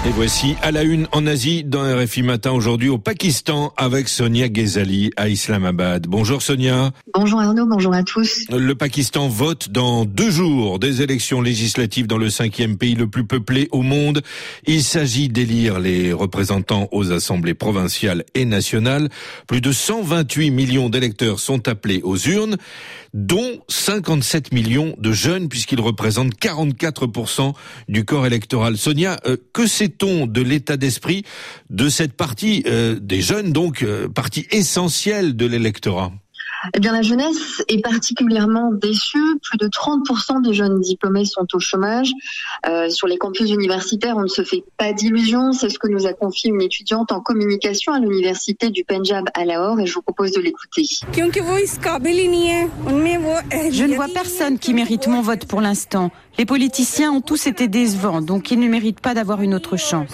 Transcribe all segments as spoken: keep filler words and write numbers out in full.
Et voici à la une en Asie dans R F I Matin aujourd'hui au Pakistan avec Sonia Ghezali à Islamabad. Bonjour Sonia. Bonjour Arnaud, bonjour à tous. Le Pakistan vote dans deux jours des élections législatives dans le cinquième pays le plus peuplé au monde. Il s'agit d'élire les représentants aux assemblées provinciales et nationales. Plus de cent vingt-huit millions d'électeurs sont appelés aux urnes, dont cinquante-sept millions de jeunes puisqu'ils représentent quarante-quatre pour cent du corps électoral. Sonia, euh, que sait-on de l'état d'esprit de cette partie euh, des jeunes, donc euh, partie essentielle de l'électorat ? Eh bien, la jeunesse est particulièrement déçue. Plus de trente pour cent des jeunes diplômés sont au chômage. Euh, sur les campus universitaires, on ne se fait pas d'illusions. C'est ce que nous a confié une étudiante en communication à l'université du Pendjab à Lahore et je vous propose de l'écouter. Je ne vois personne qui mérite mon vote pour l'instant. Les politiciens ont tous été décevants, donc ils ne méritent pas d'avoir une autre chance.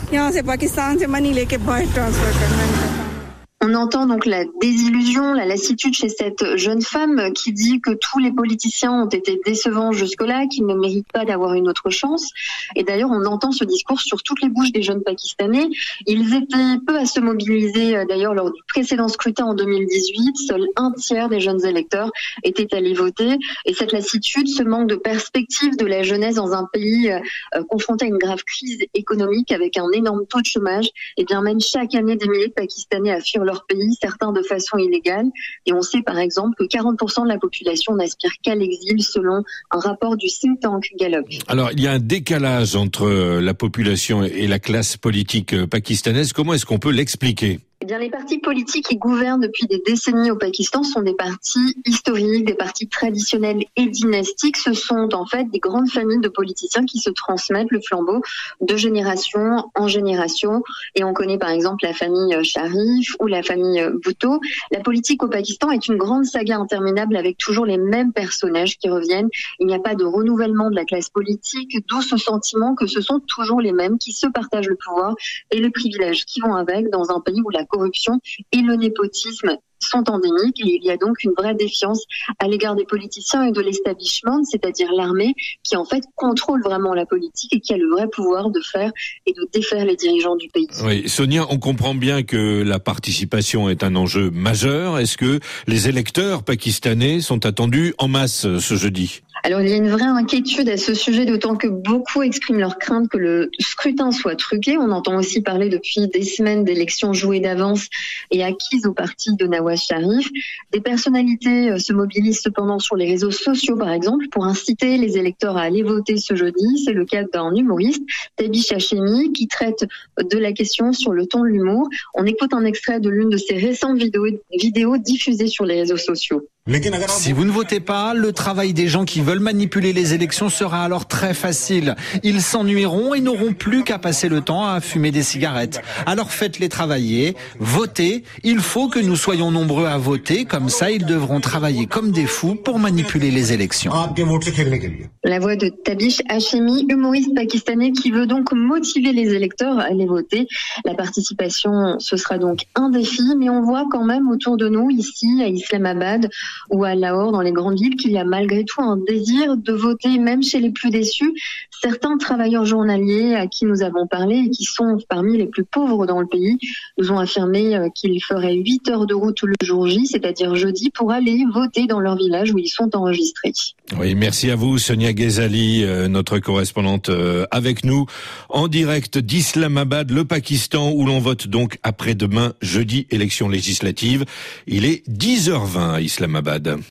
On entend donc la désillusion, la lassitude chez cette jeune femme qui dit que tous les politiciens ont été décevants jusque-là, qu'ils ne méritent pas d'avoir une autre chance. Et d'ailleurs, on entend ce discours sur toutes les bouches des jeunes Pakistanais. Ils étaient peu à se mobiliser d'ailleurs lors du précédent scrutin en deux mille dix-huit. Seul un tiers des jeunes électeurs étaient allés voter. Et cette lassitude, ce manque de perspective de la jeunesse dans un pays euh, confronté à une grave crise économique avec un énorme taux de chômage, et bien mène chaque année des milliers de Pakistanais à fuir leur pays, certains de façon illégale. Et on sait par exemple que quarante pour cent de la population n'aspire qu'à l'exil selon un rapport du think tank Gallup. Alors il y a un décalage entre la population et la classe politique pakistanaise. Comment est-ce qu'on peut l'expliquer ? Eh bien, les partis politiques qui gouvernent depuis des décennies au Pakistan sont des partis historiques, des partis traditionnels et dynastiques. Ce sont en fait des grandes familles de politiciens qui se transmettent le flambeau de génération en génération. Et on connaît par exemple la famille Sharif ou la famille Bhutto. La politique au Pakistan est une grande saga interminable avec toujours les mêmes personnages qui reviennent. Il n'y a pas de renouvellement de la classe politique, d'où ce sentiment que ce sont toujours les mêmes qui se partagent le pouvoir et les privilèges qui vont avec dans un pays où la corruption et le népotisme sont endémiques et il y a donc une vraie défiance à l'égard des politiciens et de l'establishment, c'est-à-dire l'armée, qui en fait contrôle vraiment la politique et qui a le vrai pouvoir de faire et de défaire les dirigeants du pays. Oui, Sonia, on comprend bien que la participation est un enjeu majeur. Est-ce que les électeurs pakistanais sont attendus en masse ce jeudi ? Alors, il y a une vraie inquiétude à ce sujet, d'autant que beaucoup expriment leur crainte que le scrutin soit truqué. On entend aussi parler depuis des semaines d'élections jouées d'avance et acquises au parti de Nawaz Sharif. Des personnalités se mobilisent cependant sur les réseaux sociaux, par exemple, pour inciter les électeurs à aller voter ce jeudi. C'est le cas d'un humoriste, Tabish Hashemi, qui traite de la question sur le ton de l'humour. On écoute un extrait de l'une de ses récentes vidéos, vidéos diffusées sur les réseaux sociaux. Si vous ne votez pas, le travail des gens qui veulent manipuler les élections sera alors très facile. Ils s'ennuieront et n'auront plus qu'à passer le temps à fumer des cigarettes. Alors faites-les travailler, votez. Il faut que nous soyons nombreux à voter, comme ça ils devront travailler comme des fous pour manipuler les élections. La voix de Tabish Hashemi, humoriste pakistanais qui veut donc motiver les électeurs à aller voter. La participation, ce sera donc un défi, mais on voit quand même autour de nous, ici, à Islamabad, ou à Lahore, dans les grandes villes, qu'il y a malgré tout un désir de voter, même chez les plus déçus. Certains travailleurs journaliers à qui nous avons parlé et qui sont parmi les plus pauvres dans le pays nous ont affirmé qu'ils feraient huit heures de route le jour J, c'est-à-dire jeudi, pour aller voter dans leur village où ils sont enregistrés. Oui, merci à vous, Sonia Ghezali, notre correspondante avec nous, en direct d'Islamabad, le Pakistan, où l'on vote donc après-demain, jeudi, élection législative. Il est dix heures vingt à Islamabad.